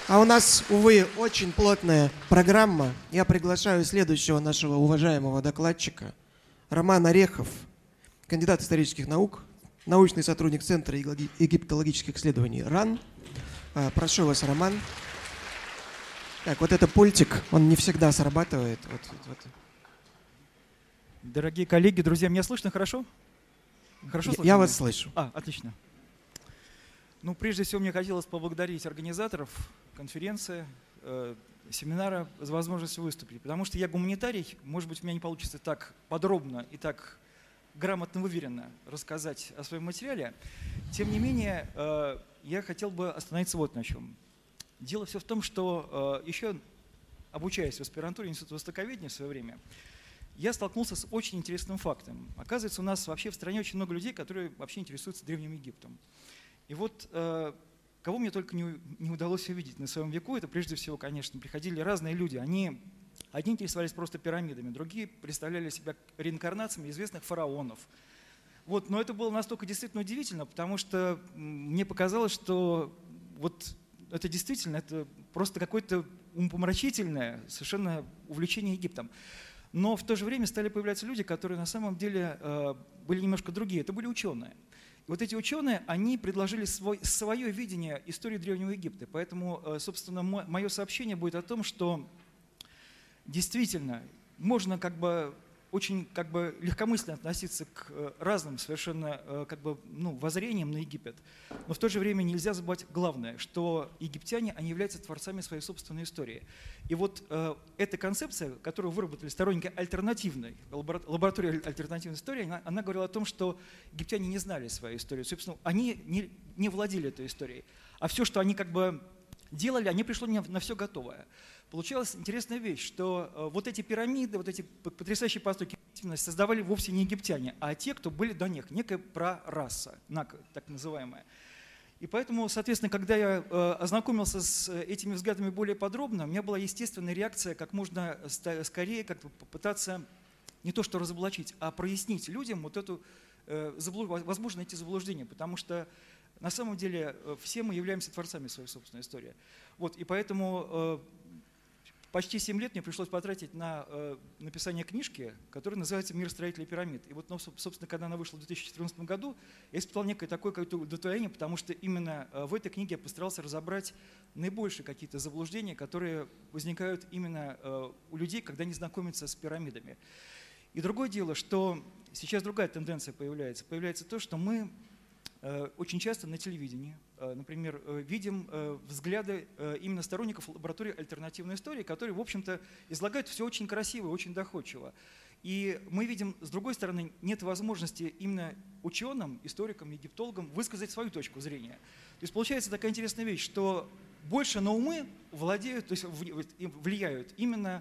А у нас, увы, очень плотная программа. Я приглашаю следующего нашего уважаемого докладчика, Роман Орехов, кандидат исторических наук, научный сотрудник Центра египтологических исследований РАН. Прошу вас, Роман. Так, вот это пультик, он не всегда срабатывает. Вот. Дорогие коллеги, друзья, меня слышно хорошо? Хорошо слышно? Я вас слышу. Отлично. Ну, прежде всего, мне хотелось поблагодарить организаторов конференции, семинара за возможность выступить, потому что я гуманитарий, может быть, у меня не получится так подробно и так грамотно, выверенно рассказать о своем материале. Тем не менее, я хотел бы остановиться вот на чем. Дело все в том, что еще обучаясь в аспирантуре Института востоковедения в свое время, я столкнулся с очень интересным фактом. Оказывается, у нас вообще в стране очень много людей, которые вообще интересуются Древним Египтом. И вот кого мне только не удалось увидеть на своем веку, это прежде всего, конечно, приходили разные люди. Одни интересовались просто пирамидами, другие представляли себя реинкарнациями известных фараонов. Вот, но это было настолько действительно удивительно, потому что мне показалось, что вот это действительно, это просто какое-то умопомрачительное совершенно увлечение Египтом. Но в то же время стали появляться люди, которые на самом деле были немножко другие. Это были ученые. И вот эти ученые, они предложили свое видение истории Древнего Египта. Поэтому, собственно, мое сообщение будет о том, что действительно можно очень легкомысленно относиться к разным совершенно воззрениям на Египет. Но в то же время нельзя забывать главное, что египтяне, они являются творцами своей собственной истории. И вот эта концепция, которую выработали сторонники альтернативной, лаборатории альтернативной истории, она говорила о том, что египтяне не знали свою историю. Собственно, они не владели этой историей. А все, что они делали, они пришло на все готовое. Получалась интересная вещь, что вот эти пирамиды, вот эти потрясающие постройки создавали вовсе не египтяне, а те, кто были до них, некая прараса, так называемая. И поэтому, соответственно, когда я ознакомился с этими взглядами более подробно, у меня была естественная реакция как можно скорее попытаться не то что разоблачить, а прояснить людям вот эту, возможно, эти заблуждения, потому что на самом деле все мы являемся творцами своей собственной истории. Вот, и поэтому почти 7 лет мне пришлось потратить на написание книжки, которая называется «Мир строителей пирамид». И вот, собственно, когда она вышла в 2014 году, я испытал некое такое какое-то удовлетворение, потому что именно в этой книге я постарался разобрать наибольшие какие-то заблуждения, которые возникают именно у людей, когда они знакомятся с пирамидами. И другое дело, что сейчас другая тенденция появляется. Появляется то, что мы очень часто на телевидении, например, видим взгляды именно сторонников лаборатории альтернативной истории, которые, в общем-то, излагают все очень красиво, очень доходчиво. И мы видим, с другой стороны, нет возможности именно ученым, историкам, египтологам высказать свою точку зрения. То есть получается такая интересная вещь, что больше на умы владеют, то есть влияют именно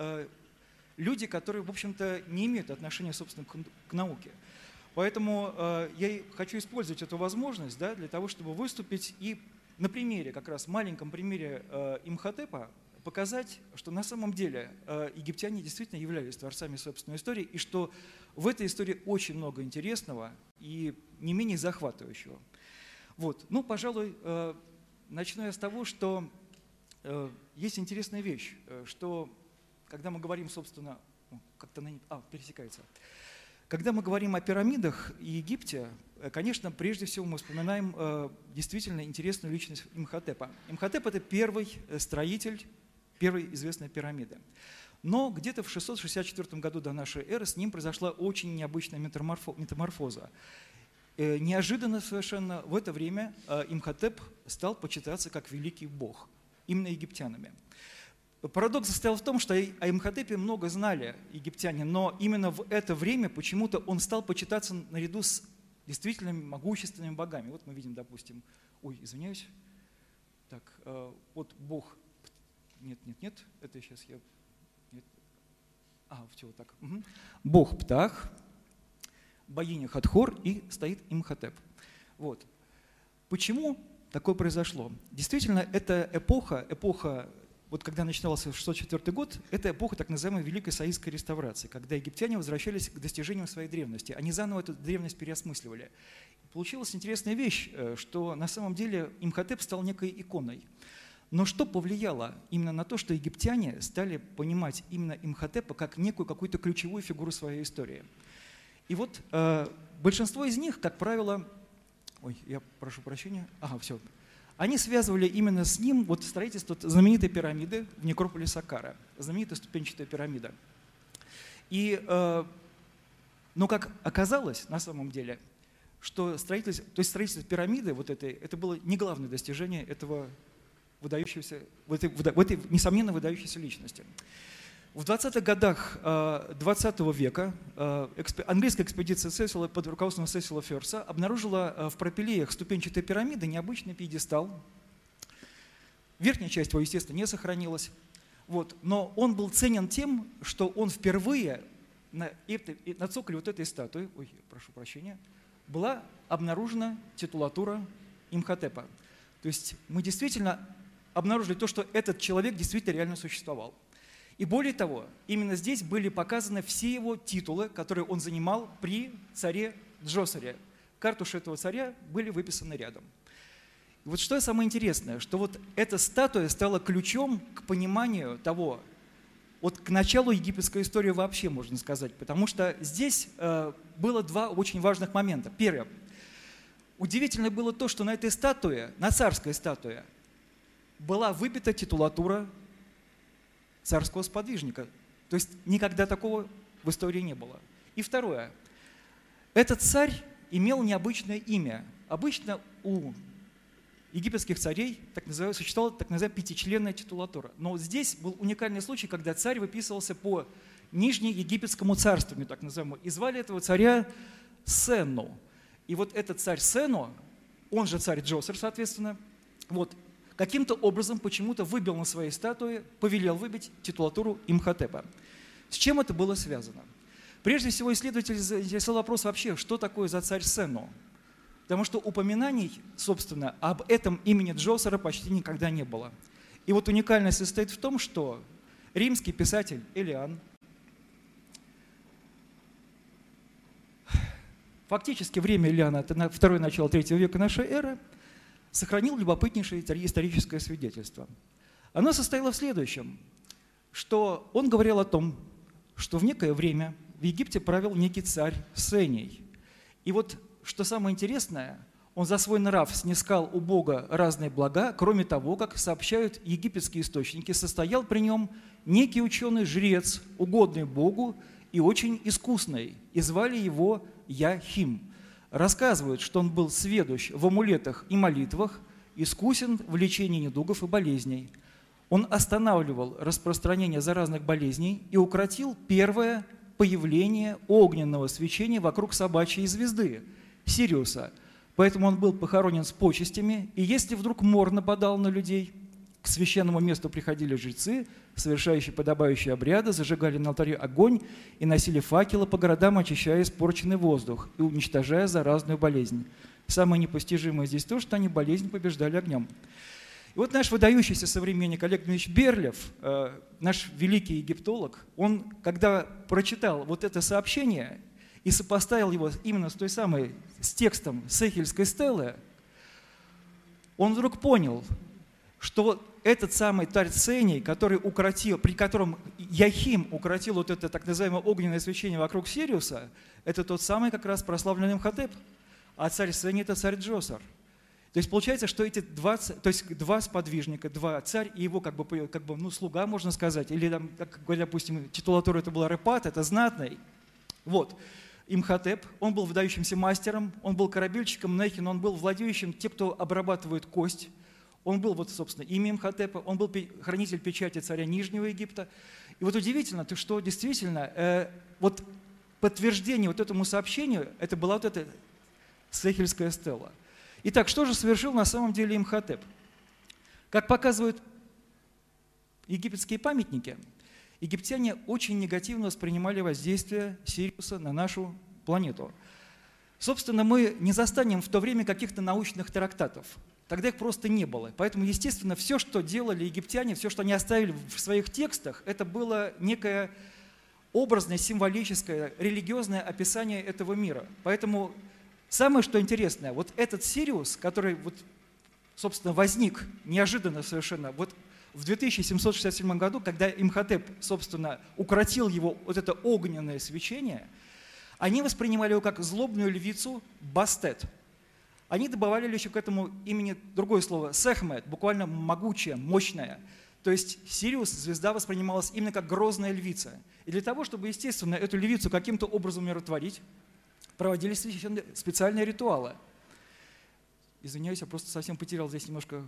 люди, которые, в общем-то, не имеют отношения, собственно, к науке. Поэтому я хочу использовать эту возможность, да, для того, чтобы выступить и на примере, как раз маленьком примере Имхотепа, показать, что на самом деле египтяне действительно являлись творцами собственной истории, и что в этой истории очень много интересного и не менее захватывающего. Вот. Ну, пожалуй, начну я с того, что есть интересная вещь, что когда мы говорим, собственно, как-то пересекается. Когда мы говорим о пирамидах и Египте, конечно, прежде всего мы вспоминаем действительно интересную личность Имхотепа. Имхотеп – это первый строитель первой известной пирамиды. Но где-то в 664 году до нашей эры с ним произошла очень необычная метаморфоза. Неожиданно совершенно в это время Имхотеп стал почитаться как великий бог, именно египтянами. Парадокс состоял в том, что о Имхотепе много знали египтяне, но именно в это время почему-то он стал почитаться наряду с действительно могущественными богами. Вот мы видим, допустим, извиняюсь, так, вот бог, нет, это сейчас я, нет, все вот так, бог Птах, богиня Хатхор и стоит Имхотеп. Вот. Почему такое произошло? Действительно, эта эпоха, вот когда начинался 604 год, это эпоха так называемой Великой Саидской реставрации, когда египтяне возвращались к достижениям своей древности. Они заново эту древность переосмысливали. Получилась интересная вещь, что на самом деле Имхотеп стал некой иконой. Но что повлияло именно на то, что египтяне стали понимать именно Имхотепа как некую какую-то ключевую фигуру своей истории? И вот большинство из них, как правило, я прошу прощения, все. Они связывали именно с ним вот строительство знаменитой пирамиды в некрополе Саккара, знаменитая ступенчатая пирамида. Но как оказалось на самом деле, что строительство пирамиды вот этой, это было не главное достижение этого выдающегося, этой несомненно выдающейся личности. В 20-х годах 20 века английская экспедиция Сесила под руководством Сесила Ферса обнаружила в пропилеях ступенчатой пирамиды необычный пьедестал. Верхняя часть его, естественно, не сохранилась. Но он был ценен тем, что он впервые на цоколе вот этой статуи, прошу прощения, была обнаружена титулатура Имхотепа. То есть мы действительно обнаружили то, что этот человек действительно реально существовал. И более того, именно здесь были показаны все его титулы, которые он занимал при царе Джосере. Картуши этого царя были выписаны рядом. И вот что самое интересное, что вот эта статуя стала ключом к пониманию того, к началу египетской истории вообще, можно сказать, потому что здесь было два очень важных момента. Первое. Удивительно было то, что на этой статуе, на царской статуе, была выбита титулатура царского сподвижника. То есть никогда такого в истории не было. И второе. Этот царь имел необычное имя. Обычно у египетских царей существовала так называемая пятичленная титулатура. Но здесь был уникальный случай, когда царь выписывался по Нижнеегипетскому царствованию, так называемому. И звали этого царя Сенну. И вот этот царь Сенну, он же царь Джосер, соответственно, каким-то образом почему-то выбил на своей статуе, повелел выбить титулатуру Имхотепа. С чем это было связано? Прежде всего, исследователь заинтересовал вопрос вообще, что такое за царь Сенну. Потому что упоминаний, собственно, об этом имени Джосера почти никогда не было. И вот уникальность состоит в том, что римский писатель Элиан, фактически время Элиана, это второе начало третьего века нашей эры, сохранил любопытнейшее историческое свидетельство. Оно состояло в следующем, что он говорил о том, что в некое время в Египте правил некий царь Сений. И что самое интересное, он за свой нрав снискал у Бога разные блага, кроме того, как сообщают египетские источники, состоял при нем некий ученый-жрец, угодный Богу и очень искусный, и звали его Яхим. Рассказывают, что он был сведущ в амулетах и молитвах, искусен в лечении недугов и болезней. Он останавливал распространение заразных болезней и укротил первое появление огненного свечения вокруг собачьей звезды Сириуса. Поэтому он был похоронен с почестями, и если вдруг мор нападал на людей, к священному месту приходили жрецы, совершающие подобающие обряды, зажигали на алтаре огонь и носили факелы по городам, очищая испорченный воздух и уничтожая заразную болезнь. Самое непостижимое здесь то, что они болезнь побеждали огнем. И вот наш выдающийся современник Олег Дмитриевич Берлев, наш великий египтолог, он, когда прочитал вот это сообщение и сопоставил его именно с текстом Сехельской стелы, он вдруг понял, что этот самый царь Сений, при котором Яхим укротил вот это так называемое огненное свечение вокруг Сириуса, это тот самый как раз прославленный Имхотеп, а царь Сений – это царь Джосер. То есть получается, что эти два сподвижника, царь и его слуга, можно сказать, или, допустим, титулатура это была Репат, это знатный. Имхотеп, он был выдающимся мастером, он был корабельщиком Нехин, он был владеющим тем, кто обрабатывает кость. Он был, собственно, имя Имхотепа, он был хранитель печати царя Нижнего Египта. И удивительно, что действительно, подтверждение этому сообщению, это была эта Сехельская стела. Итак, что же совершил на самом деле Имхотеп? Как показывают египетские памятники, египтяне очень негативно воспринимали воздействие Сириуса на нашу планету. Собственно, мы не застанем в то время каких-то научных трактатов. Тогда их просто не было. Поэтому, естественно, все, что делали египтяне, все, что они оставили в своих текстах, это было некое образное, символическое, религиозное описание этого мира. Поэтому самое, что интересное, этот Сириус, который собственно, возник неожиданно совершенно вот в 2767 году, когда Имхотеп, собственно, укротил его вот это огненное свечение, они воспринимали его как злобную львицу Бастет. Они добавляли еще к этому имени другое слово – Сехмет, буквально могучая, мощная. То есть Сириус, звезда, воспринималась именно как грозная львица. И для того, чтобы, естественно, эту львицу каким-то образом умиротворить, проводились специальные ритуалы. Извиняюсь, я просто совсем потерял здесь немножко.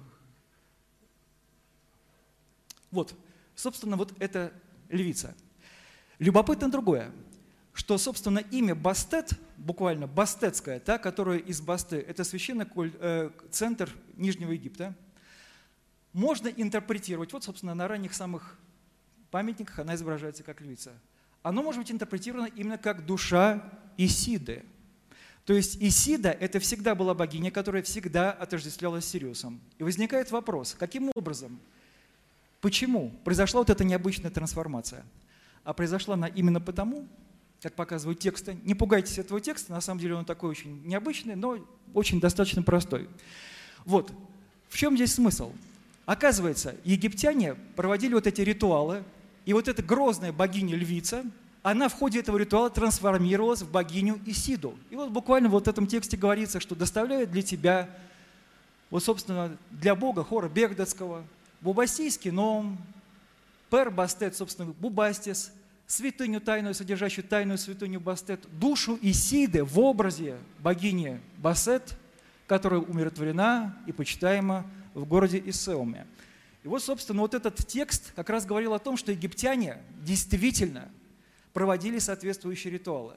Вот, собственно, вот эта львица. Любопытно другое, что, собственно, имя Бастет, буквально бастетская, та, которая из Басты, это священный центр Нижнего Египта, можно интерпретировать, вот, собственно, на ранних самых памятниках она изображается как львица. Оно может быть интерпретировано именно как душа Исиды. То есть Исида – это всегда была богиня, которая всегда отождествлялась с Сириусом. И возникает вопрос, каким образом, почему произошла вот эта необычная трансформация? А произошла она именно потому, как показывают тексты. Не пугайтесь этого текста, на самом деле он такой очень необычный, но очень достаточно простой. Вот, в чем здесь смысл? Оказывается, египтяне проводили вот эти ритуалы, и вот эта грозная богиня-львица, она в ходе этого ритуала трансформировалась в богиню Исиду. И вот буквально в вот этом тексте говорится, что доставляет для тебя, вот собственно, для бога хора Бегдадского, Бубастийский ном, Пер Бастет, собственно, Бубастис, святыню тайную, содержащую тайную святыню Бастет, душу Исиды в образе богини Басет, которая умиротворена и почитаема в городе Иссеуме. И вот, собственно, вот этот текст как раз говорил о том, что египтяне действительно проводили соответствующие ритуалы.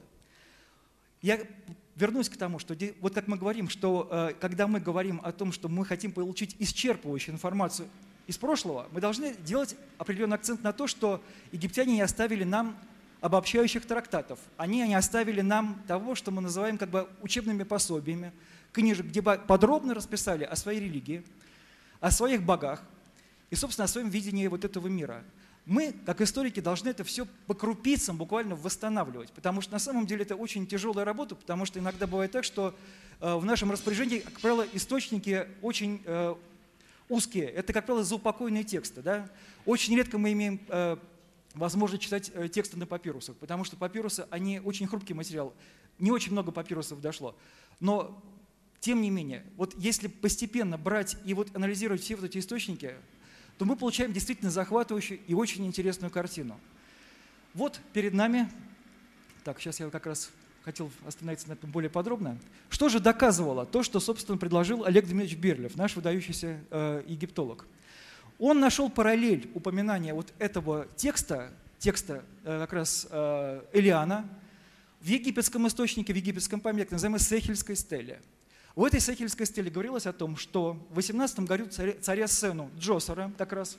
Я вернусь к тому, что вот как мы говорим, что когда мы говорим о том, что мы хотим получить исчерпывающую информацию из прошлого, мы должны делать определенный акцент на то, что египтяне не оставили нам обобщающих трактатов. Они не оставили нам того, что мы называем как бы учебными пособиями, книжек, где подробно расписали о своей религии, о своих богах и, собственно, о своем видении вот этого мира. Мы, как историки, должны это все по крупицам буквально восстанавливать, потому что на самом деле это очень тяжелая работа, потому что иногда бывает так, что в нашем распоряжении, как правило, источники очень узкие. Это, как правило, заупокойные тексты. Да? Очень редко мы имеем возможность читать тексты на папирусах, потому что папирусы, они очень хрупкий материал. Не очень много папирусов дошло. Но, тем не менее, вот если постепенно брать и вот анализировать все вот эти источники, то мы получаем действительно захватывающую и очень интересную картину. Вот перед нами, так, сейчас я как раз хотел остановиться на этом более подробно. Что же доказывало то, что, собственно, предложил Олег Дмитриевич Берлев, наш выдающийся египтолог? Он нашел параллель упоминания вот этого текста как раз Элиана, в египетском источнике, в египетском памятнике, называемой Сехельской стеле. В этой Сехельской стеле говорилось о том, что в 18 году царя Сену Джосера, как раз,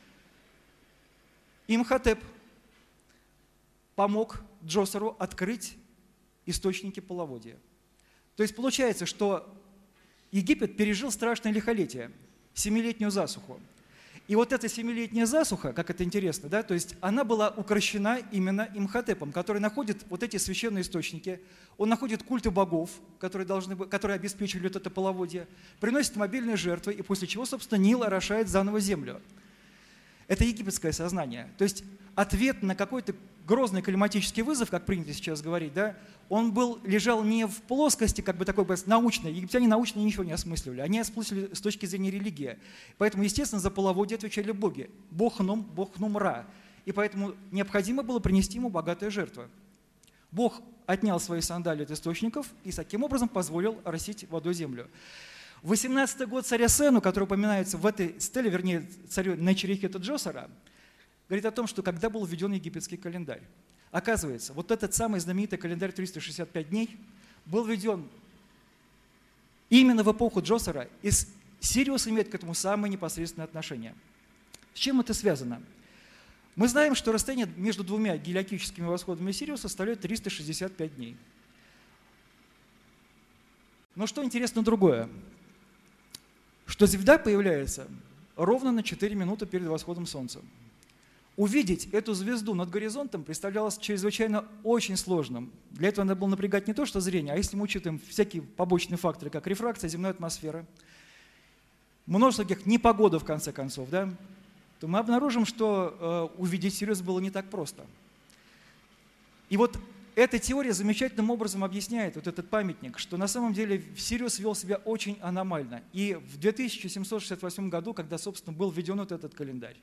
Имхотеп помог Джосеру открыть источники половодья. То есть получается, что Египет пережил страшное лихолетие, 7-летнюю засуху. И вот эта 7-летняя засуха, как это интересно, да, то есть она была укрощена именно Имхотепом, который находит вот эти священные источники, он находит культы богов, которые обеспечивали вот это половодье, приносит мобильные жертвы, и после чего, собственно, Нил орошает заново землю. Это египетское сознание. То есть ответ на какой-то грозный климатический вызов, как принято сейчас говорить, да, он лежал не в плоскости как бы такой научной. Египтяне научно ничего не осмысливали. Они осмыслили с точки зрения религии. Поэтому, естественно, за половодье отвечали боги. Бог Нум-Ра. И поэтому необходимо было принести ему богатые жертвы. Бог отнял свои сандали от источников и таким образом позволил оросить водой землю. 18-й год царя Сену, который упоминается в этой стеле, вернее, царю Нечерехета Джосера, говорит о том, что когда был введен египетский календарь. Оказывается, вот этот самый знаменитый календарь 365 дней был введен именно в эпоху Джосера, и Сириус имеет к этому самое непосредственное отношение. С чем это связано? Мы знаем, что расстояние между двумя гелиокическими восходами Сириуса составляет 365 дней. Но что интересно другое, что звезда появляется ровно на 4 минуты перед восходом Солнца. Увидеть эту звезду над горизонтом представлялось чрезвычайно очень сложным. Для этого надо было напрягать не то что зрение, а если мы учитываем всякие побочные факторы, как рефракция земной атмосферы, множество таких непогода в конце концов, да, то мы обнаружим, что увидеть Сириус было не так просто. И вот эта теория замечательным образом объясняет вот этот памятник, что на самом деле Сириус вел себя очень аномально. И в 2768 году, когда, собственно, был введен вот этот календарь,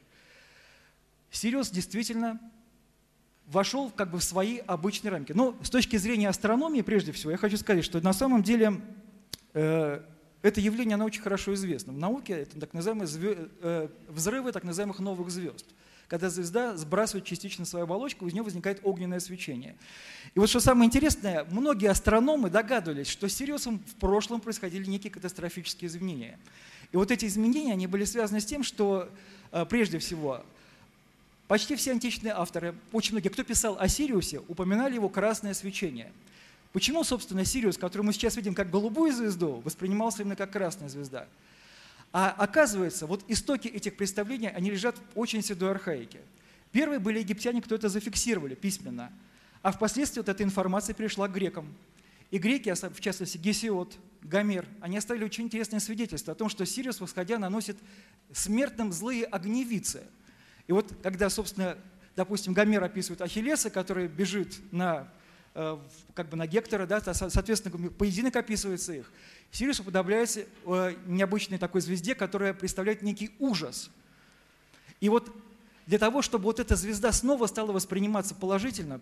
Сириус действительно вошел как бы в свои обычные рамки. Но с точки зрения астрономии, прежде всего, я хочу сказать, что на самом деле это явление, оно очень хорошо известно. В науке это так называемые взрывы так называемых новых звезд. Когда звезда сбрасывает частично свою оболочку, из нее возникает огненное свечение. И вот что самое интересное, многие астрономы догадывались, что с Сириусом в прошлом происходили некие катастрофические изменения. И вот эти изменения, они были связаны с тем, что прежде всего почти все античные авторы, очень многие, кто писал о Сириусе, упоминали его красное свечение. Почему, собственно, Сириус, который мы сейчас видим как голубую звезду, воспринимался именно как красная звезда? А оказывается, вот истоки этих представлений, они лежат в очень седой архаике. Первые были египтяне, кто это зафиксировали письменно, а впоследствии вот эта информация перешла к грекам. И греки, в частности Гесиод, Гомер, они оставили очень интересное свидетельство о том, что Сириус, восходя, наносит смертным злые огневицы. И вот когда, собственно, допустим, Гомер описывает Ахиллеса, который бежит как бы на Гектора, да, соответственно, поединок описывается их. Сириус уподобляется необычной такой звезде, которая представляет некий ужас. И вот для того, чтобы вот эта звезда снова стала восприниматься положительно,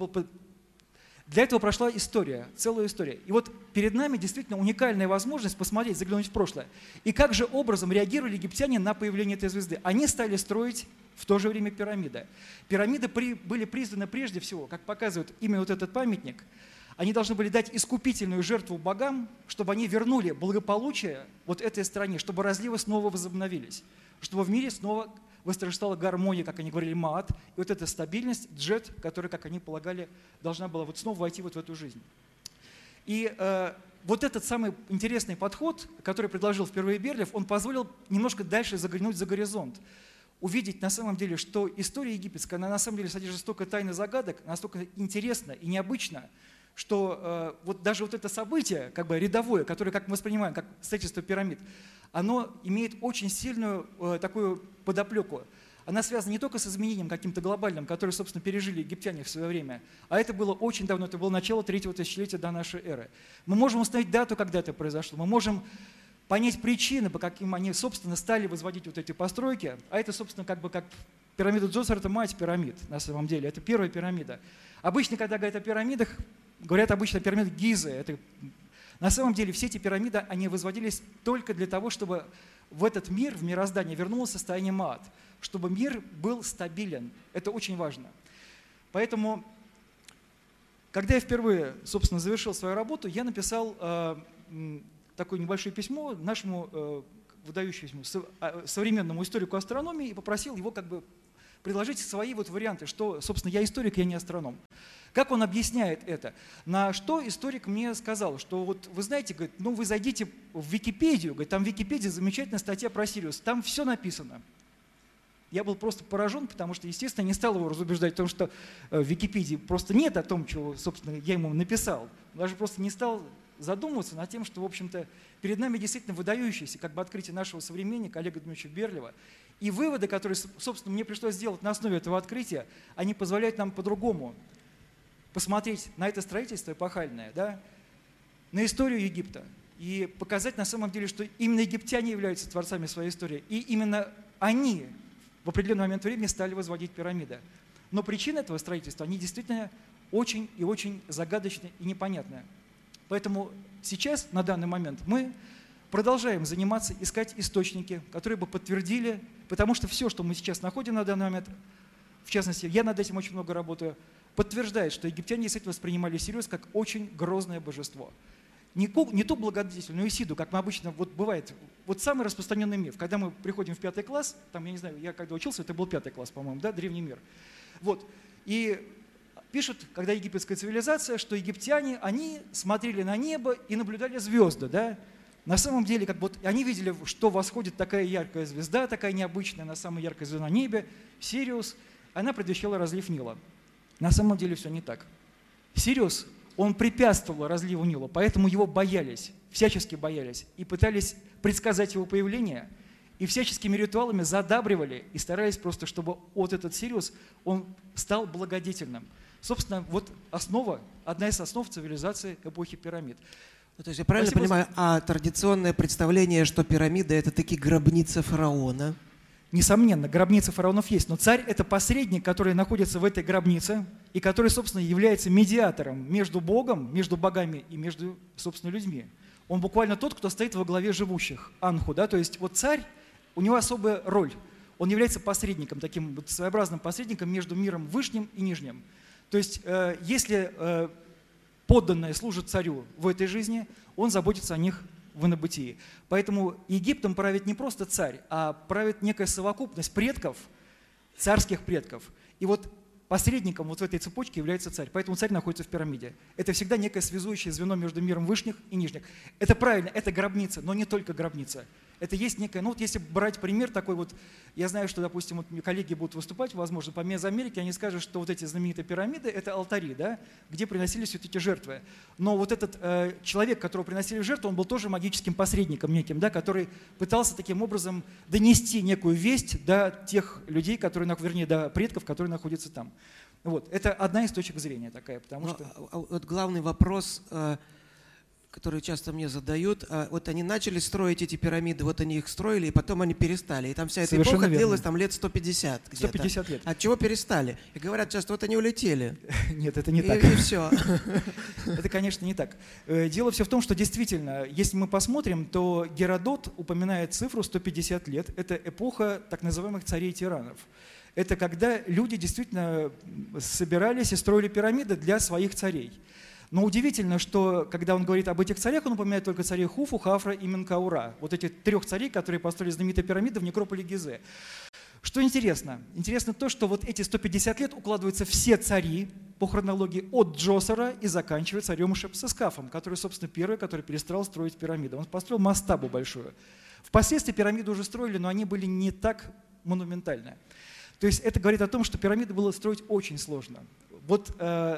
для этого прошла история, целая история. И вот перед нами действительно уникальная возможность посмотреть, заглянуть в прошлое. И как же образом реагировали египтяне на появление этой звезды? Они стали строить в то же время пирамиды. Пирамиды были призваны прежде всего, как показывает именно вот этот памятник, они должны были дать искупительную жертву богам, чтобы они вернули благополучие вот этой стране, чтобы разливы снова возобновились, чтобы в мире снова восторжествовала гармония, как они говорили, маат, и вот эта стабильность, джет, которая, как они полагали, должна была вот снова войти вот в эту жизнь. И вот этот самый интересный подход, который предложил впервые Берлев, он позволил немножко дальше заглянуть за горизонт, увидеть на самом деле, что история египетская, она на самом деле содержит столько тайн и загадок, настолько интересно и необычно, что вот даже вот это событие, как бы рядовое, которое, как мы воспринимаем, как строительство пирамид, оно имеет очень сильную такую подоплеку. Она связана не только с изменением каким-то глобальным, которое, собственно, пережили египтяне в свое время, а это было очень давно, это было начало 3-го тысячелетия до нашей эры. Мы можем установить дату, когда это произошло, мы можем понять причины, по каким они, собственно, стали возводить вот эти постройки, а это, собственно, как пирамида Джосера, это мать пирамид, на самом деле, это первая пирамида. Обычно, когда говорят о пирамидах, говорят обычно о пирамидах Гизы. Это, на самом деле все эти пирамиды, они возводились только для того, чтобы в этот мир, в мироздание вернулось состояние маат, чтобы мир был стабилен. Это очень важно. Поэтому, когда я впервые, собственно, завершил свою работу, я написал такое небольшое письмо нашему выдающемуся современному историку астрономии и попросил его как бы предложить свои вот варианты, что, собственно, я историк, я не астроном. Как он объясняет это? На что историк мне сказал, что вот вы знаете, говорит, ну вы зайдите в Википедию, говорит, там в Википедии замечательная статья про Сириус, там все написано. Я был просто поражен, потому что, естественно, не стал его разубеждать в том, что в Википедии просто нет о том, чего, собственно, я ему написал. Даже просто не стал задумываться над тем, что, в общем-то, перед нами действительно выдающееся как бы открытие нашего современника Олега Дмитриевича Берлева. И выводы, которые, собственно, мне пришлось сделать на основе этого открытия, они позволяют нам по-другому посмотреть на это строительство эпохальное, да, на историю Египта и показать на самом деле, что именно египтяне являются творцами своей истории. И именно они в определенный момент времени стали возводить пирамиды. Но причины этого строительства, они действительно очень и очень загадочны и непонятны. Поэтому сейчас, на данный момент, мы продолжаем заниматься, искать источники, которые бы подтвердили, потому что все, что мы сейчас находим на данный момент, в частности, я над этим очень много работаю, подтверждает, что египтяне действительно воспринимали Сириус как очень грозное божество. Не ту благодетельную Исиду, как мы обычно, вот бывает, вот самый распространенный миф, когда мы приходим в 5 класс, там, я не знаю, я когда учился, это был 5 класс, по-моему, да, древний мир. Вот, и пишут, когда египетская цивилизация, что египтяне, они смотрели на небо и наблюдали звезды, да. На самом деле, как вот они видели, что восходит такая яркая звезда, такая необычная, на самой яркой звезде на небе, Сириус, она предвещала разлив Нила. На самом деле все не так. Сириус он препятствовал разливу Нила, поэтому его боялись, всячески боялись, и пытались предсказать его появление, и всяческими ритуалами задабривали, и старались просто, чтобы вот этот Сириус, он стал благодетельным. Собственно, вот основа, одна из основ цивилизации эпохи пирамид. Ну, то есть я правильно понимаю, а традиционное представление, что пирамида – это таки гробница фараона? Несомненно, гробница фараонов есть, но царь – это посредник, который находится в этой гробнице и который, собственно, является медиатором между Богом, между богами и между, собственно, людьми. Он буквально тот, кто стоит во главе живущих, анху, да, то есть вот царь, у него особая роль, он является посредником, таким вот своеобразным посредником между миром высшим и нижним. То есть если подданные служат царю в этой жизни, он заботится о них в инобытии. Поэтому Египтом правит не просто царь, а правит некая совокупность предков, царских предков. И вот посредником вот в этой цепочке является царь. Поэтому царь находится в пирамиде. Это всегда некое связующее звено между миром высших и нижних. Это правильно, это гробница, но не только гробница. Это есть некая, ну вот если брать пример такой вот, я знаю, что, допустим, вот коллеги будут выступать, возможно, по Мезоамерике, они скажут, что вот эти знаменитые пирамиды – это алтари, да, где приносились вот эти жертвы. Но вот этот человек, которого приносили в жертву, он был тоже магическим посредником неким, да, который пытался таким образом донести некую весть до тех людей, которые, вернее, до предков, которые находятся там. Вот. Это одна из точек зрения такая, потому что… Вот главный вопрос, которые часто мне задают, вот они начали строить эти пирамиды, вот они их строили, и потом они перестали. И там вся эта эпоха длилась там лет 150 где-то. 150 лет. От чего перестали? И говорят часто, вот они улетели. Нет, это не так. И все. Это, конечно, не так. Дело все в том, что действительно, если мы посмотрим, то Геродот упоминает цифру 150 лет. Это эпоха так называемых царей-тиранов. Это когда люди действительно собирались и строили пирамиды для своих царей. Но удивительно, что когда он говорит об этих царях, он упоминает только царей Хуфу, Хафра и Менкаура. Вот эти трех царей, которые построили знаменитые пирамиды в некрополе Гизе. Что интересно? Интересно то, что вот эти 150 лет укладываются все цари по хронологии от Джосера и заканчивая царем Шепсескафом, который, собственно, первый, который перестал строить пирамиды. Он построил мастабу большую. Впоследствии пирамиды уже строили, но они были не так монументальны. То есть это говорит о том, что пирамиды было строить очень сложно. Вот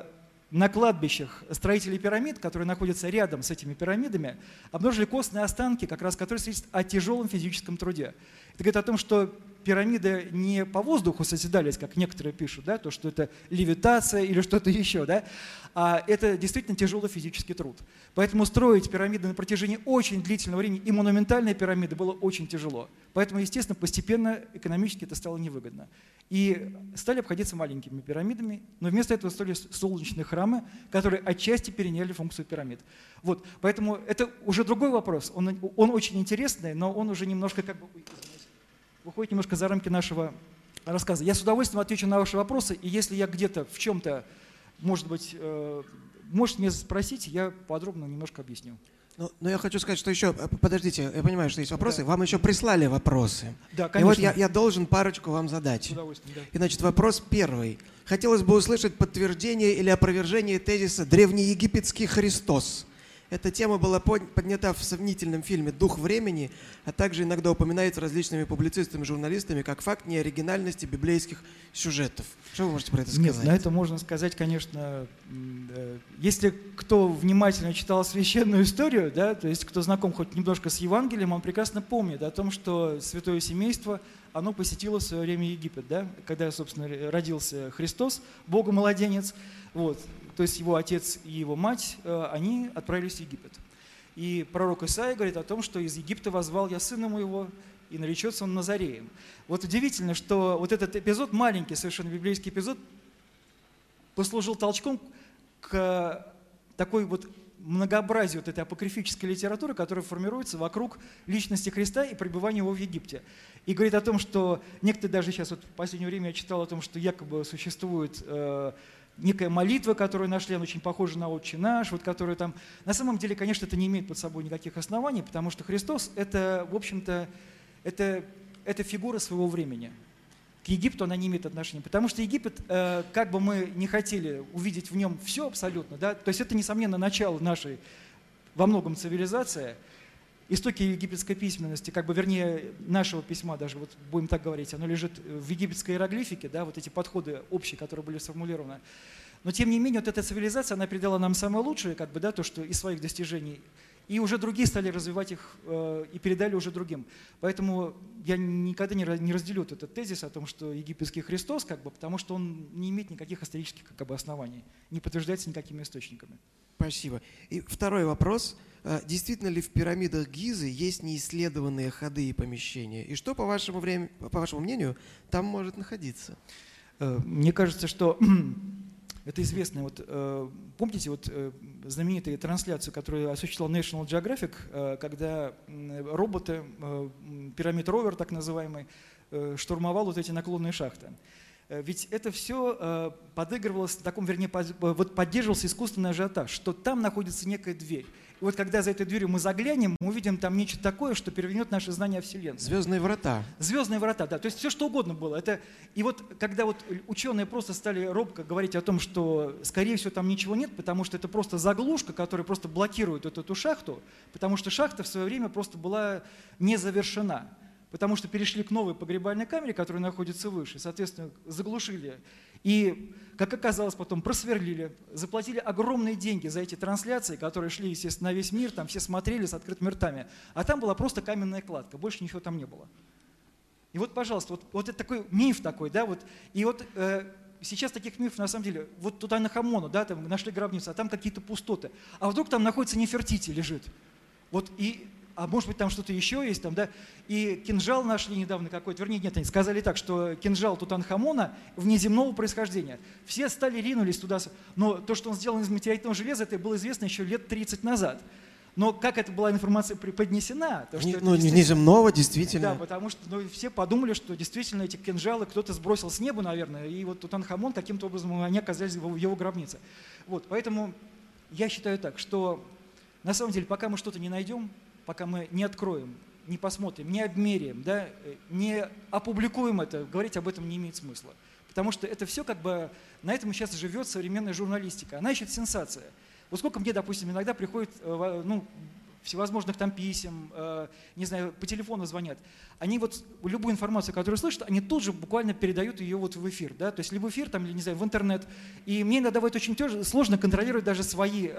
на кладбищах строителей пирамид, которые находятся рядом с этими пирамидами, обнаружили костные останки, как раз которые свидетельствуют о тяжелом физическом труде. Это говорит о том, что пирамиды не по воздуху созидались, как некоторые пишут, да, то, что это левитация или что-то еще, да, а это действительно тяжелый физический труд. Поэтому строить пирамиды на протяжении очень длительного времени и монументальные пирамиды было очень тяжело. Поэтому, естественно, постепенно экономически это стало невыгодно. И стали обходиться маленькими пирамидами, но вместо этого строили солнечные храмы, которые отчасти переняли функцию пирамид. Вот, поэтому это уже другой вопрос. Он очень интересный, но он уже немножко как бы выходит немножко за рамки нашего рассказа. Я с удовольствием отвечу на ваши вопросы, и если я где-то в чем-то, может быть, можете меня спросить, я подробно немножко объясню. Но я хочу сказать, что еще, подождите, я понимаю, что есть вопросы, вам еще прислали вопросы. Да, конечно. И вот я должен парочку вам задать. С удовольствием, да. И, значит, вопрос первый. Хотелось бы услышать подтверждение или опровержение тезиса «древнеегипетский Христос». Эта тема была поднята в сомнительном фильме «Дух времени», а также иногда упоминается различными публицистами и журналистами как факт неоригинальности библейских сюжетов. Что вы можете про это сказать? Нет, на это можно сказать, конечно, если кто внимательно читал священную историю, да, то есть кто знаком хоть немножко с Евангелием, он прекрасно помнит о том, что святое семейство, оно посетило в свое время Египет, да, когда, собственно, родился Христос, Богу-младенец, вот. То есть его отец и его мать, они отправились в Египет. И пророк Исаия говорит о том, что из Египта возвал я сына моего, и наречется он Назареем. Вот удивительно, что вот этот эпизод, маленький совершенно библейский эпизод, послужил толчком к такой вот многообразию вот этой апокрифической литературы, которая формируется вокруг личности Христа и пребывания его в Египте. И говорит о том, что некоторые даже сейчас, вот в последнее время я читал о том, что якобы существует некая молитва, которую нашли, она очень похожа на «Отче наш», вот, которую там… На самом деле, конечно, это не имеет под собой никаких оснований, потому что Христос – это, в общем-то, это фигура своего времени. К Египту она не имеет отношения, потому что Египет, как бы мы не хотели увидеть в нем все абсолютно, да, то есть это, несомненно, начало нашей, во многом, цивилизации. Истоки египетской письменности, как бы, вернее, нашего письма даже, вот будем так говорить, оно лежит в египетской иероглифике, да, вот эти подходы общие, которые были сформулированы. Но тем не менее, вот эта цивилизация, она передала нам самое лучшее, как бы, да, то, что из своих достижений. И уже другие стали развивать их и передали уже другим. Поэтому я никогда не разделю вот этот тезис о том, что египетский Христос, как бы, потому что он не имеет никаких исторических как бы, оснований, не подтверждается никакими источниками. Спасибо. И второй вопрос. Действительно ли в пирамидах Гизы есть неисследованные ходы и помещения? И что, по вашему мнению, там может находиться? Мне кажется, что это известно. Вот, помните знаменитую трансляцию, которую осуществлял National Geographic, когда роботы, пирамид ровер так называемый, штурмовал вот эти наклонные шахты? Ведь это все подыгрывалось, поддерживался искусственный ажиотаж, что там находится некая дверь. И вот когда за этой дверью мы заглянем, мы увидим там нечто такое, что перевернет наше знание о Вселенной. Звездные врата. Звездные врата, да. То есть все, что угодно было. И вот когда вот ученые просто стали робко говорить о том, что, скорее всего, там ничего нет, потому что это просто заглушка, которая просто блокирует эту шахту, потому что шахта в свое время просто была не завершена. Потому что перешли к новой погребальной камере, которая находится выше, соответственно, заглушили. И, как оказалось, потом просверлили, заплатили огромные деньги за эти трансляции, которые шли, естественно, на весь мир, там все смотрели с открытыми ртами. А там была просто каменная кладка, больше ничего там не было. И вот, пожалуйста, вот это такой миф такой, да, вот. И вот сейчас таких мифов, на самом деле, вот Тутанхамона, да, там нашли гробницу, а там какие-то пустоты. А вдруг там находится Нефертити лежит. Вот а может быть, там что-то еще есть, там, да, и кинжал нашли недавно какой-то, вернее, нет, они сказали так, что кинжал Тутанхамона внеземного происхождения. Все ринулись туда, но то, что он сделан из метеоритного железа, это было известно еще лет 30 назад. Но как эта была информация преподнесена? То, что неземного, действительно. Да, потому что все подумали, что действительно эти кинжалы кто-то сбросил с неба, наверное, и вот Тутанхамон каким-то образом, они оказались в его гробнице. Вот, поэтому я считаю так, что на самом деле, пока мы что-то не найдем, пока мы не откроем, не посмотрим, не обмеряем, да, не опубликуем это, говорить об этом не имеет смысла. Потому что это все как бы, на этом сейчас живет современная журналистика. Она ищет сенсация. Вот сколько мне, допустим, иногда приходит всевозможных там писем, не знаю, по телефону звонят. Они вот любую информацию, которую слышат, они тут же буквально передают ее вот в эфир. Да? То есть либо в эфир, там, или, не знаю, в интернет. И мне иногда бывает очень сложно контролировать даже свои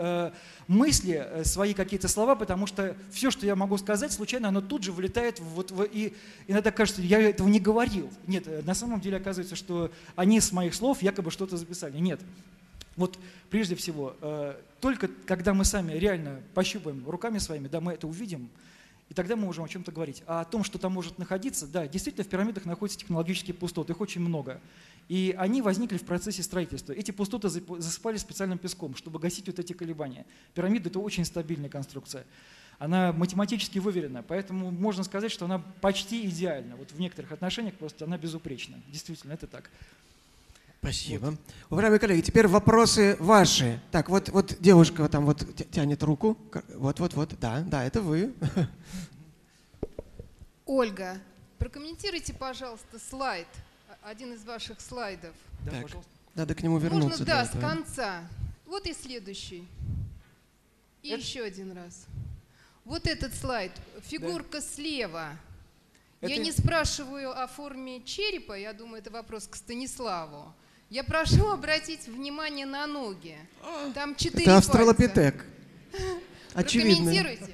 мысли, свои какие-то слова, потому что все, что я могу сказать, случайно, оно тут же вылетает и иногда кажется, я этого не говорил. Нет, на самом деле оказывается, что они с моих слов якобы что-то записали. Нет. Вот прежде всего, только когда мы сами реально пощупаем руками своими, да, мы это увидим, и тогда мы можем о чем-то говорить. А о том, что там может находиться, да, действительно в пирамидах находятся технологические пустоты, их очень много. И они возникли в процессе строительства. Эти пустоты засыпали специальным песком, чтобы гасить вот эти колебания. Пирамида – это очень стабильная конструкция. Она математически выверена, поэтому можно сказать, что она почти идеальна. Вот в некоторых отношениях просто она безупречна. Действительно, это так. Спасибо. Вот. Уважаемые коллеги, теперь вопросы ваши. Так, вот девушка там вот тянет руку. Вот, да, это вы. Ольга, прокомментируйте, пожалуйста, слайд, один из ваших слайдов. Да, так, пожалуйста. Надо к нему вернуться. Можно, да, с конца. Вот и следующий. И еще один раз. Вот этот слайд, фигурка слева. Я не спрашиваю о форме черепа, я думаю, это вопрос к Станиславу. Я прошу обратить внимание на ноги. Там 4 пальца. Это австралопитек. Очевидно. Прокомментируйте.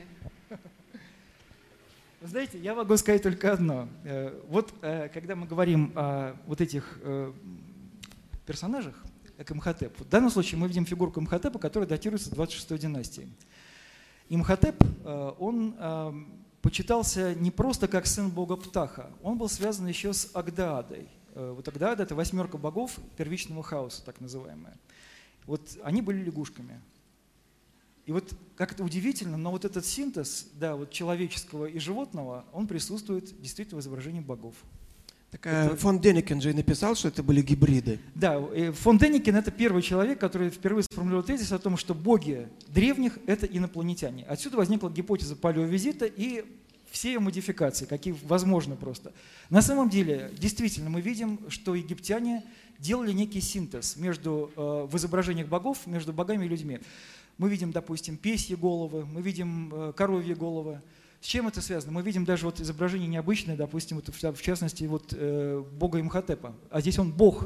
Вы знаете, я могу сказать только одно. Вот когда мы говорим о вот этих персонажах, как Имхотеп, в данном случае мы видим фигурку Имхотепа, которая датируется 26-й династией. Имхотеп, он почитался не просто как сын бога Птаха, он был связан еще с Агдаадой. Вот Агдаада – это 8 богов первичного хаоса, так называемая. Вот они были лягушками. И вот как это удивительно, но вот этот синтез, да, вот человеческого и животного, он присутствует действительно в изображении богов. Так, фон Деникин же и написал, что это были гибриды. Да, фон Деникин – это первый человек, который впервые сформулировал тезис о том, что боги древних – это инопланетяне. Отсюда возникла гипотеза палеовизита и все ее модификации, какие возможны просто. На самом деле, действительно, мы видим, что египтяне делали некий синтез в изображениях богов между богами и людьми. Мы видим, допустим, песьи головы, мы видим коровьи головы. С чем это связано? Мы видим даже вот изображение необычное, допустим, вот в частности, вот бога Имхотепа. А здесь он бог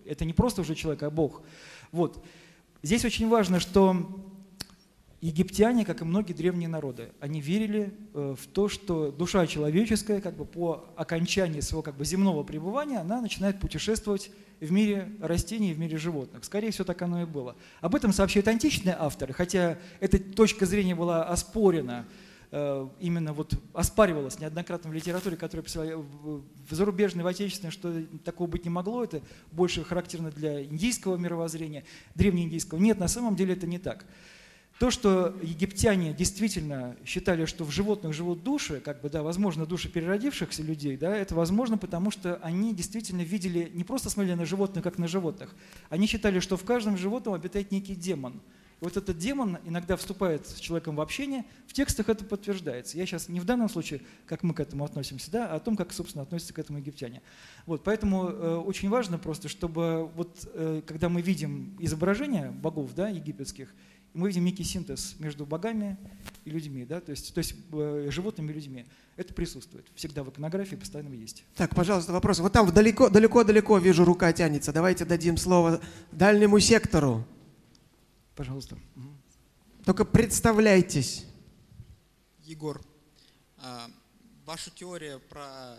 Это не просто уже человек, а Бог. Вот. Здесь очень важно, что египтяне, как и многие древние народы, они верили в то, что душа человеческая как бы по окончании своего как бы земного пребывания, она начинает путешествовать в мире растений и в мире животных. Скорее всего, так оно и было. Об этом сообщают античные авторы, хотя эта точка зрения была оспорена, именно вот оспаривалась неоднократно в литературе, которая писала в зарубежной, в отечественной, что такого быть не могло, это больше характерно для индийского мировоззрения, древнеиндийского. Нет, на самом деле это не так. То, что египтяне действительно считали, что в животных живут души, как бы, да, возможно, души переродившихся людей, да, это возможно, потому что они действительно видели, не просто смотрели на животных, как на животных, они считали, что в каждом животном обитает некий демон. И вот этот демон иногда вступает с человеком в общение, в текстах это подтверждается. Я сейчас не в данном случае, как мы к этому относимся, да, а о том, как, собственно, относятся к этому египтяне. Вот, поэтому очень важно просто, чтобы вот, когда мы видим изображения богов, да, египетских, мы видим некий синтез между богами и людьми, да, то есть животными и людьми. Это присутствует. Всегда в иконографии постоянно есть. Так, пожалуйста, вопрос. Вот там далеко вижу, рука тянется. Давайте дадим слово дальнему сектору. Пожалуйста. Только представляйтесь. Егор, ваша теория про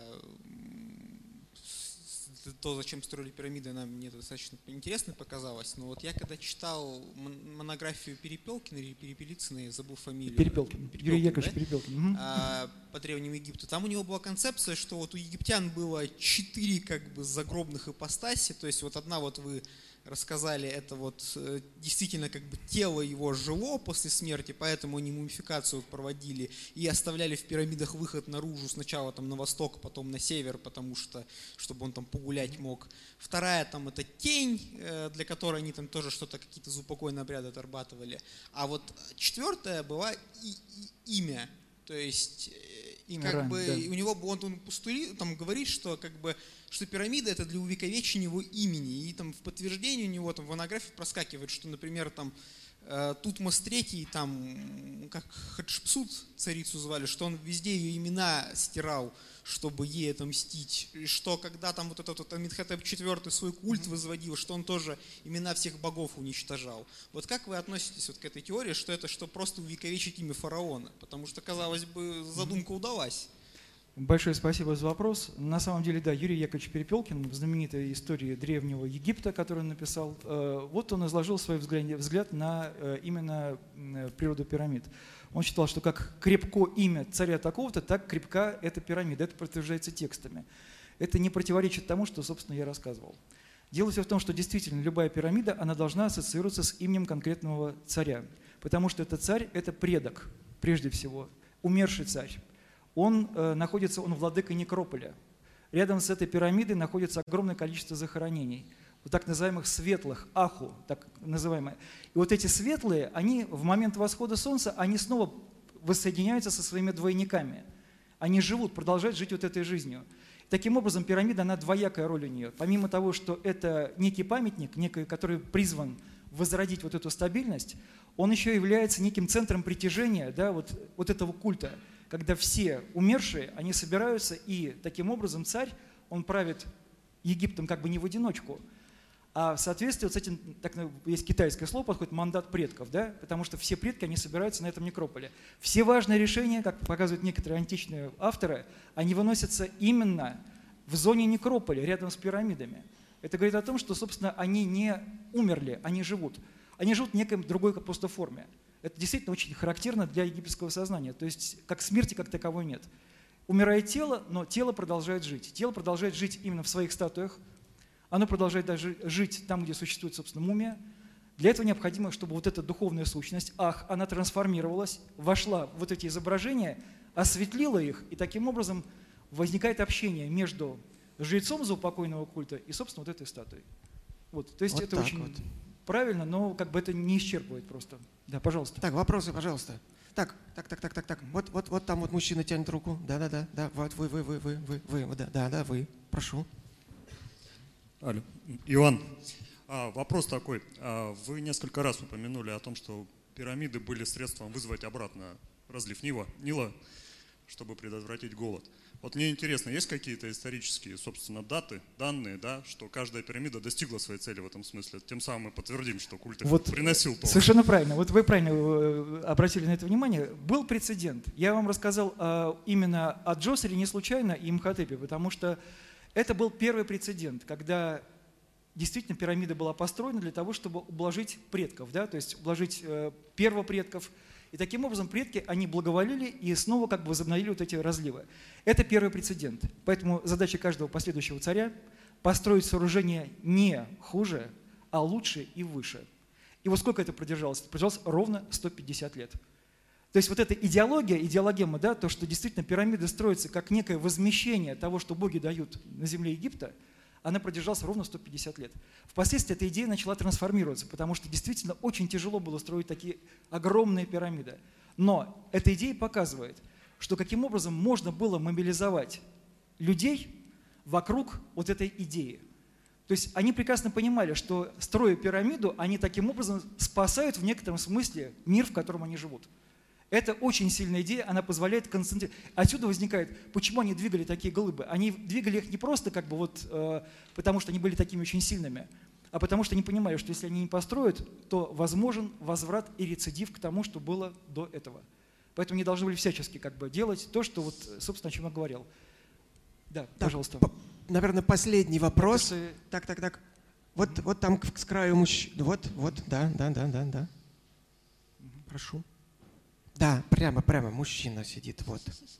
то, зачем строили пирамиды, она мне достаточно интересной показалась. Но вот я когда читал монографию Перепелкина или Перепелицына, я забыл фамилию. Перепелкин. Юрий Яковлевич да? Перепелкин. По Древнему Египту. Там у него была концепция, что вот у египтян было 4 как бы загробных ипостаси. То есть вот одна вот вы рассказали, это вот действительно как бы тело его жило после смерти, поэтому они мумификацию проводили и оставляли в пирамидах выход наружу, сначала там на восток, потом на север, потому что, чтобы он там погулять мог. Вторая там это тень, для которой они там тоже что-то, какие-то заупокойные обряды отрабатывали. А вот четвертая была имя, то есть и как бы да. У него он там говорит, что как бы что пирамида это для увековечения его имени. И там в подтверждении у него там в монографии проскакивает, что, например, там Тутмос III, там, как Хатшепсут царицу звали, что он везде ее имена стирал, чтобы ей отомстить. И что когда там вот этот вот Аминхотеп IV свой культ возводил, что он тоже имена всех богов уничтожал. Вот как вы относитесь вот к этой теории, что это что просто увековечить имя фараона? Потому что, казалось бы, задумка удалась. Большое спасибо за вопрос. На самом деле, да, Юрий Яковлевич Перепелкин в знаменитой истории Древнего Египта, которую он написал, вот он изложил свой взгляд на именно природу пирамид. Он считал, что как крепко имя царя такого-то, так крепка эта пирамида. Это подтверждается текстами. Это не противоречит тому, что, собственно, я рассказывал. Дело все в том, что действительно любая пирамида, она должна ассоциироваться с именем конкретного царя. Потому что этот царь – это предок, прежде всего, умерший царь. Он владыка некрополя. Рядом с этой пирамидой находится огромное количество захоронений, вот так называемых светлых, аху, так называемые. И вот эти светлые, они в момент восхода солнца, они снова воссоединяются со своими двойниками. Они живут, продолжают жить вот этой жизнью. Таким образом, пирамида, она двоякая роль у нее. Помимо того, что это некий памятник, который призван возродить вот эту стабильность, он еще является неким центром притяжения, да, вот этого культа. Когда все умершие, они собираются, и таким образом царь, он правит Египтом как бы не в одиночку, а в соответствии с этим, есть китайское слово, подходит мандат предков, да, потому что все предки, они собираются на этом некрополе. Все важные решения, как показывают некоторые античные авторы, они выносятся именно в зоне некрополя, рядом с пирамидами. Это говорит о том, что, собственно, они не умерли, они живут. Они живут в некой другой просто форме. Это действительно очень характерно для египетского сознания. То есть как смерти как таковой нет. Умирает тело, но тело продолжает жить. Тело продолжает жить именно в своих статуях. Оно продолжает даже жить там, где существует, собственно, мумия. Для этого необходимо, чтобы вот эта духовная сущность, она трансформировалась, вошла в вот эти изображения, осветлила их, и таким образом возникает общение между жрецом заупокойного культа и, собственно, вот этой статуей. Вот. То есть вот это очень... Вот. Правильно, но как бы это не исчерпывает просто. Да, пожалуйста. Так, вопросы, пожалуйста. Так. Вот там вот мужчина тянет руку. Да. Вот вы, вы. Прошу. Алло. Иван, вопрос такой. Вы несколько раз упомянули о том, что пирамиды были средством вызвать обратно разлив Нила. чтобы предотвратить голод. Вот мне интересно, есть какие-то исторические, собственно, даты, данные, да, что каждая пирамида достигла своей цели в этом смысле? Тем самым мы подтвердим, что культ Вот приносил толк. Совершенно правильно. Вот вы правильно обратили на это внимание. Был прецедент. Я вам рассказал именно о Джосере не случайно и Имхотепе, потому что это был первый прецедент, когда действительно пирамида была построена для того, чтобы ублажить предков, да, то есть ублажить первопредков. И таким образом предки, они благоволили и снова как бы возобновили вот эти разливы. Это первый прецедент. Поэтому задача каждого последующего царя – построить сооружение не хуже, а лучше и выше. И вот сколько это продержалось? Это продержалось ровно 150 лет. То есть вот эта идеология, идеологема, да, то, что действительно пирамиды строятся как некое возмещение того, что боги дают на земле Египта, она продержалась ровно 150 лет. Впоследствии эта идея начала трансформироваться, потому что действительно очень тяжело было строить такие огромные пирамиды. Но эта идея показывает, что каким образом можно было мобилизовать людей вокруг вот этой идеи. То есть они прекрасно понимали, что, строя пирамиду, они таким образом спасают в некотором смысле мир, в котором они живут. Это очень сильная идея, она позволяет концентрировать. Отсюда возникает, почему они двигали такие глыбы. Они двигали их не просто как бы вот, потому что они были такими очень сильными, а потому что они понимали, что если они не построят, то возможен возврат и рецидив к тому, что было до этого. Поэтому они должны были всячески как бы делать то, что вот, собственно, о чем я говорил. Да, пожалуйста. Наверное, последний вопрос. Так. Вот там с краю мужчины. Вот, да. Прошу. Да, прямо мужчина сидит, вот.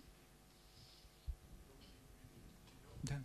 Да.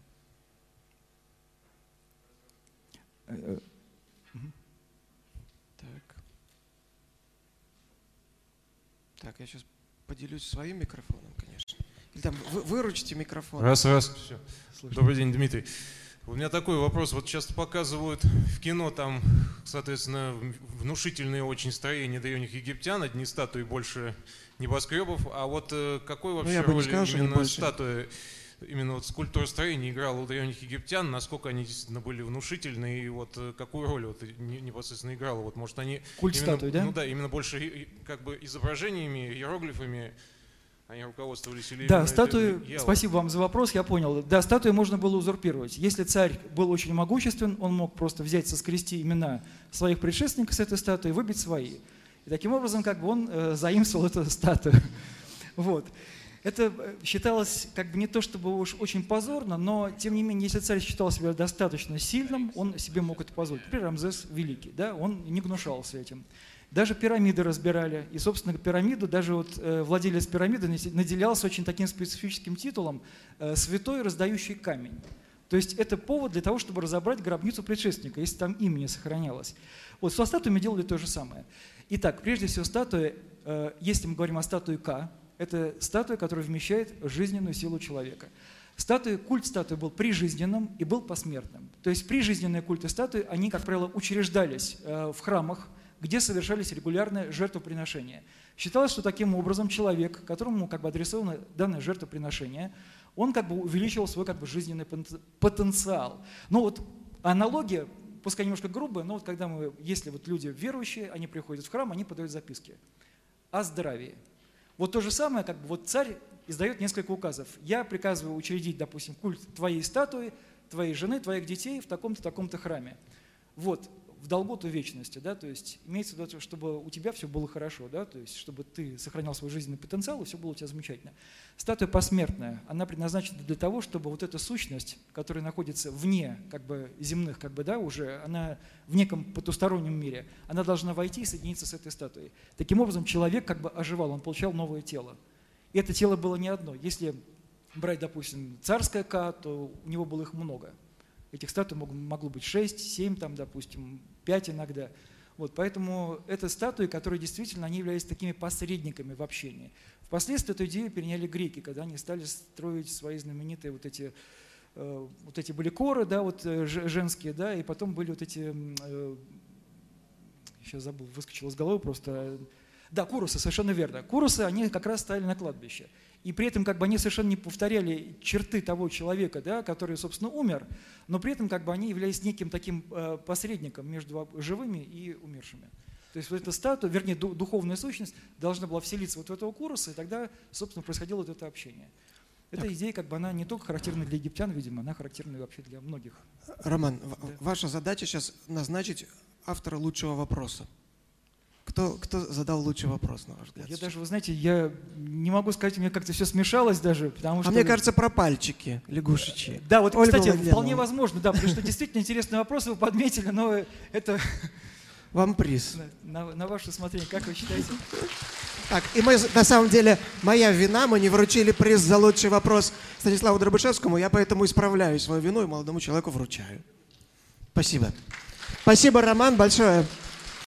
Так, я сейчас поделюсь своим микрофоном, конечно. Или там выручите микрофон. Раз, все. Добрый день, Дмитрий. У меня такой вопрос. Вот часто показывают в кино там, соответственно, внушительные очень строения древних египтян, одни статуи больше небоскребов. А вот какой вообще роль именно статуи, именно вот скульптуростроение играло у древних египтян, насколько они действительно были внушительны, и вот какую роль вот непосредственно играло? Вот может они культ именно, статуи, да? Ну да, именно больше как бы изображениями, иероглифами они руководствовались или да, статуи, спасибо вам за вопрос, я понял. Да, статуи можно было узурпировать. Если царь был очень могуществен, он мог просто взять, соскрести имена своих предшественников с этой статуи и выбить свои. И таким образом как бы он заимствовал эту статую. Вот. Это считалось как бы не то чтобы уж очень позорно, но тем не менее, если царь считал себя достаточно сильным, он себе мог это позволить. Например, Рамзес Великий, да, он не гнушался этим. Даже пирамиды разбирали. И, собственно, пирамиду, даже вот владелец пирамиды наделялся очень таким специфическим титулом «святой, раздающий камень». То есть это повод для того, чтобы разобрать гробницу предшественника, если там имя не сохранялось. Вот со статуями делали то же самое. Итак, прежде всего статуя, если мы говорим о статуе К, это статуя, которая вмещает жизненную силу человека. Культ статуи был прижизненным и был посмертным. То есть прижизненные культы статуи, они, как правило, учреждались в храмах, где совершались регулярные жертвоприношения. Считалось, что таким образом человек, которому как бы адресовано данное жертвоприношение, он как бы увеличивал свой как бы жизненный потенциал. Но вот аналогия, пускай немножко грубая, но вот когда если вот люди верующие, они приходят в храм, они подают записки о здравии. Вот то же самое, как бы вот царь издает несколько указов. Я приказываю учредить, допустим, культ твоей статуи, твоей жены, твоих детей в таком-то, таком-то храме. Вот. В долготу вечности, да, то есть имеется в виду, чтобы у тебя все было хорошо, да, то есть чтобы ты сохранял свой жизненный потенциал и все было у тебя замечательно. Статуя посмертная, она предназначена для того, чтобы вот эта сущность, которая находится вне как бы земных, как бы, да, уже, она в неком потустороннем мире, она должна войти и соединиться с этой статуей. Таким образом человек как бы оживал, он получал новое тело. И это тело было не одно. Если брать, допустим, царское Ка, то у него было их много. Этих статуй могло быть 6, 7, там, допустим, 5 иногда. Вот, поэтому это статуи, которые действительно они являлись такими посредниками в общении. Впоследствии эту идею переняли греки, когда они стали строить свои знаменитые вот эти были коры, да, вот, женские, да, и потом были вот эти, сейчас забыл, выскочил из головы просто, да, курусы, совершенно верно. Курусы, они как раз стояли на кладбище. И при этом как бы они совершенно не повторяли черты того человека, да, который, собственно, умер, но при этом как бы они являлись неким таким посредником между живыми и умершими. То есть вот эта статуя, вернее, духовная сущность должна была вселиться вот в этого Куроса, и тогда, собственно, происходило вот это общение. Эта идея, как бы, она не только характерна для египтян, видимо, она характерна вообще для многих. Роман, ваша задача сейчас назначить автора лучшего вопроса. Кто задал лучший вопрос, на ваш взгляд? Я даже, вы знаете, я не могу сказать, у меня как-то все смешалось даже, потому что... А мне кажется, про пальчики лягушечьи. Да, вот, Ольга кстати, Владленова. вполне возможно, да, потому что действительно интересный вопрос вы подметили, но это Вам приз. на ваше усмотрение. Как вы считаете? Так, и мы, на самом деле, моя вина, мы не вручили приз за лучший вопрос Станиславу Дробышевскому, я поэтому исправляю свою вину и молодому человеку вручаю. Спасибо. Спасибо, Роман, большое.